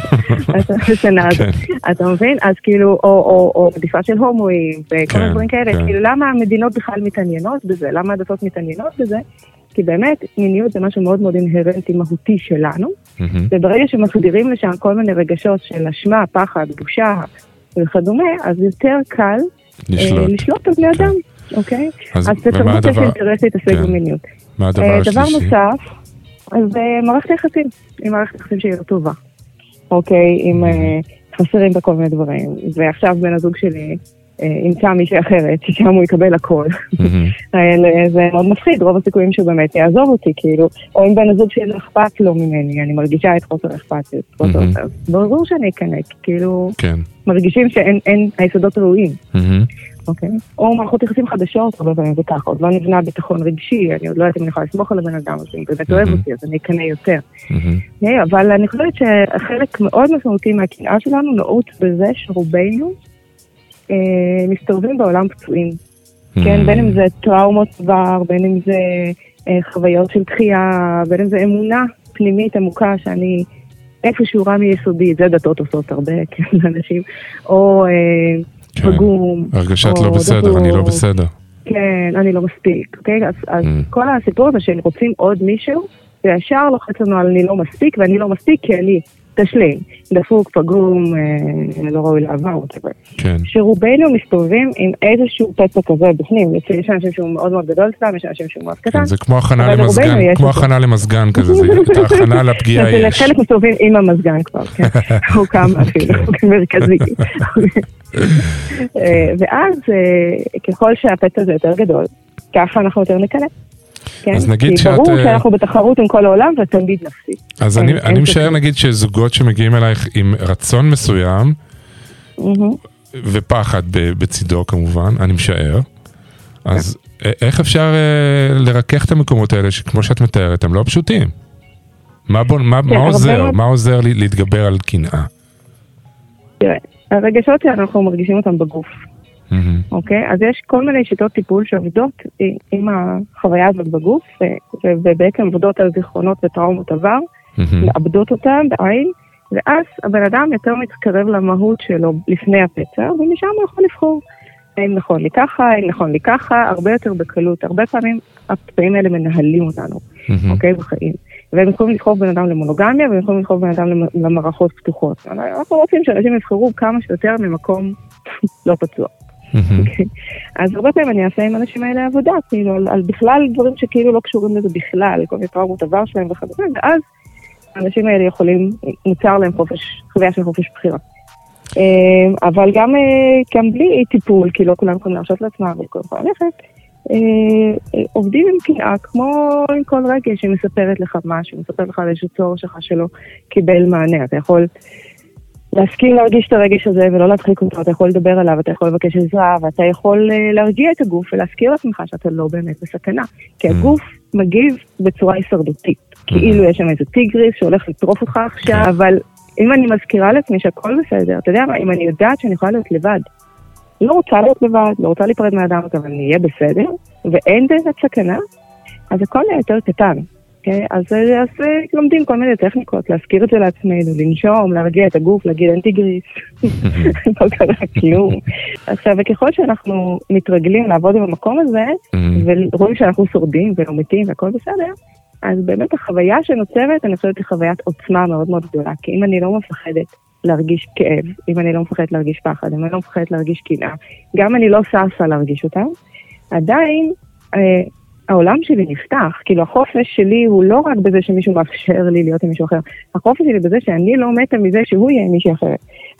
אתה מבין? אז כאילו, או עדיפה של הומואים, וכל מיני דברים כאלה, כאילו למה המדינות בכלל מתעניינות בזה? למה הדתות מתעניינות בזה? כי באמת, מיניות זה משהו מאוד מאוד אינהרנטי מהותי שלנו, וברגע שמחדירים לשם כל מיני רגשות של אשמה, פחד, בושה וכדומה, אז יותר קל לשלוט על בני אדם, אוקיי? אז בתרבות יש אינטרס להתעסק במיניות. מה הדבר השלישי? דבר נוסף, אז מערכת היחסים, היא מערכת היחסים שהיא טובה, אוקיי? עם חסרים בכל מיני דברים, ועכשיו בן הזוג שלי ימצא מישהי אחרת, ששם הוא יקבל הכל. זה מאוד מפחיד, רוב הסיכויים שהוא באמת יעזוב אותי, כאילו, או אם בן הזוג שלי אכפת לו ממני, אני מרגישה את חוסר אכפתיות, ברור שאני אכנס, כאילו, מרגישים שאין היסודות ראויים. אוקיי? או מערכות יחסים חדשות, הרבה פעמים זה ככה, עוד לא נבנה ביטחון רגשי, אני עוד לא יודעת אם אני יכולה לסמוך על הבן אדם, אז אם באמת אוהב אותי, אז אני אקנה יותר. אבל אני חושבת שחלק מאוד משמעותי מהקנאה שלנו נעוץ בזה שרובנו מסתובבים בעולם פצועים. כן, בין אם זה טראומות עבר, בין אם זה חוויות של דחייה, בין אם זה אמונה פנימית עמוקה שאני איפשהו רע מיסודי, זה דתות עושות הרבה, כן, לאנשים, או פגום. הרגשת לא בסדר, אני לא בסדר. כן, אני לא מספיק, אוקיי? אז כל הסיפור הזה שהם רוצים עוד מישהו, וישר לוחץ לנו על אני לא מספיק, ואני לא מספיק כי אני תשלים, דפוק, פגום, לא ראוי לעבר, כן. שרובנו מסתובבים עם איזשהו פצע כזה בפנים, יש אנשים שהוא מאוד מאוד גדול סתם, יש אנשים שהוא מאוד קטן. כן, זה כמו הכנה למזגן, כמו הכנה למזגן כזה, זה את ההכנה לפגיעה יש. חלק מסתובבים עם המזגן כבר, כן, הוא כמה אפילו, הוא מרכזי. ואז ככל שהפצע הזה יותר גדול, ככה אנחנו יותר נקלה. אז נגיד שאת... ברור שאנחנו בתחרות עם כל העולם ותמיד נפסי. אז אני משער נגיד שזוגות שמגיעים אלייך עם רצון מסוים, ופחד בצידו כמובן, אני משער, אז איך אפשר לרכך את המקומות האלה שכמו שאת מתארת, הם לא פשוטים? מה עוזר להתגבר על קנאה? תראה, הרגשות שאנחנו מרגישים אותם בגוף. אוקיי? אז יש כל מיני שיטות טיפול שעובדות עם החוויה הזאת בגוף, ובעצם עובדות על זיכרונות וטראומות עבר, מאבדות אותם בעין, ואז הבן אדם יותר מתקרב למהות שלו לפני הפצע, ומשם הוא יכול לבחור. האם נכון לי ככה, האם נכון לי ככה, הרבה יותר בקלות. הרבה פעמים הפצעים האלה מנהלים אותנו, אוקיי? בחיים. והם יכולים לדחוף בן אדם למונוגמיה, והם יכולים לדחוף בן אדם למערכות פתוחות. אנחנו רוצים שאנשים יבחרו כמה שיותר ממקום לא פצוע. אז הרבה פעמים אני אעשה עם האנשים האלה עבודה, כאילו, על בכלל דברים שכאילו לא קשורים לזה בכלל, כל מיני טראומות עבר שלהם וכדומה, ואז האנשים האלה יכולים, נוצר להם חוויה של חופש בחירה. אבל גם בלי טיפול, כי לא כולם יכולים להרשות לעצמם ולכל יכולה ללכת, עובדים עם קנאה, כמו עם כל רגש שמספרת לך משהו, מספרת לך על איזשהו צורך שלך שלא קיבל מענה. אתה יכול להסכים להרגיש את הרגש הזה ולא להדחיק אותו, אתה יכול לדבר עליו, אתה יכול לבקש עזרה, ואתה יכול להרגיע את הגוף ולהזכיר לעצמך שאתה לא באמת בסכנה. כי הגוף מגיב בצורה הישרדותית. כאילו יש שם איזה טיגריס שהולך לטרוף אותך עכשיו, אבל אם אני מזכירה לעצמי שהכל בסדר, אתה יודע מה, אם אני יודעת שאני יכולה להיות לבד, לא רוצה להיות לבד, לא רוצה להיפרד מהאדם, אבל אני אהיה בסדר, ואין באמת סכנה, אז הכל יהיה יותר קטן. אז לומדים כל מיני טכניקות, להזכיר את זה לעצמנו, לנשום, להרגיע את הגוף, להגיד אין טיגריס, לא קרה כלום. עכשיו, וככל שאנחנו מתרגלים לעבוד במקום הזה, ורואים שאנחנו שורדים ולא מתים והכל בסדר, אז באמת החוויה שנוצרת, אני חושבת, היא חוויית עוצמה מאוד מאוד גדולה, כי אם אני לא מפחדת להרגיש כאב, אם אני לא מפחדת להרגיש פחד, אם אני לא מפחדת להרגיש קנאה, גם אני לא ששה להרגיש אותם, עדיין העולם שלי נפתח, כאילו החופש שלי הוא לא רק בזה שמישהו מאפשר לי להיות עם מישהו אחר, החופש שלי בזה שאני לא מתה מזה שהוא יהיה עם מישהו אחר.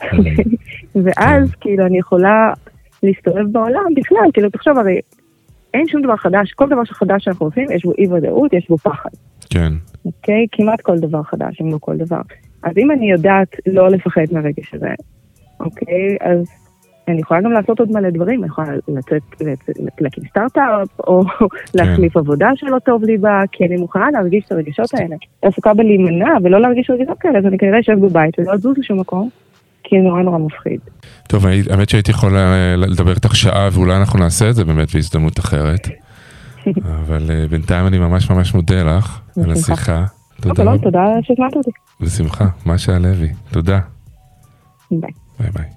ואז כאילו אני יכולה להסתובב בעולם בכלל, כאילו תחשוב הרי, אין שום דבר חדש, כל דבר שחדש שאנחנו עושים, יש בו אי ודאות, יש בו פחד. כן. אוקיי? כמעט כל דבר חדש, אם לא כל דבר. אז אם אני יודעת לא לפחד מהרגש הזה, אוקיי? אז אני יכולה גם לעשות עוד מלא דברים, אני יכולה להקים סטארט-אפ, או להחליף עבודה שלא טוב לי בה, כי אני מוכנה להרגיש את הרגשות האלה. עסוקה בלהימנע ולא להרגיש רגשות כאלה, אז אני כנראה אשב בבית ולא אזוז לשום מקום, כי נורא נורא מפחיד. טוב, האמת שהייתי יכול לדבר איתך שעה, ואולי אנחנו נעשה את זה באמת בהזדמנות אחרת. אבל בינתיים אני ממש ממש מודה לך על השיחה. תודה. תודה שהזמנת אותי. בשמחה, משה הלוי. תודה. ביי. ביי ביי.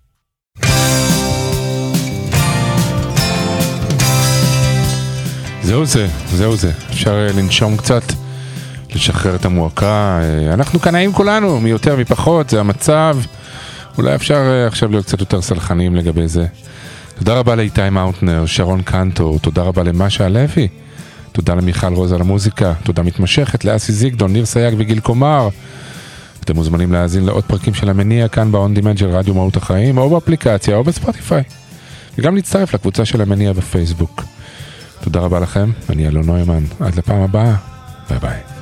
זהו זה. אפשר לנשום קצת, לשחרר את המועקה. אנחנו קנאים כולנו, מי יותר מי פחות, זה המצב. אולי אפשר עכשיו להיות קצת יותר סלחניים לגבי זה. תודה רבה לאיתי מאוטנר, שרון קנטור, תודה רבה למשה הלוי, תודה למיכל רוז על המוזיקה, תודה מתמשכת לאסי זיגדון, ניר סייג וגיל קומר. אתם מוזמנים להאזין לעוד פרקים של המניע כאן ב-On Demand של רדיו מהות החיים, או באפליקציה או בספוטיפיי. וגם להצטרף לקבוצה של המניע בפייסבוק. תודה רבה לכם, אני אלון נוימן, עד לפעם הבאה, ביי ביי.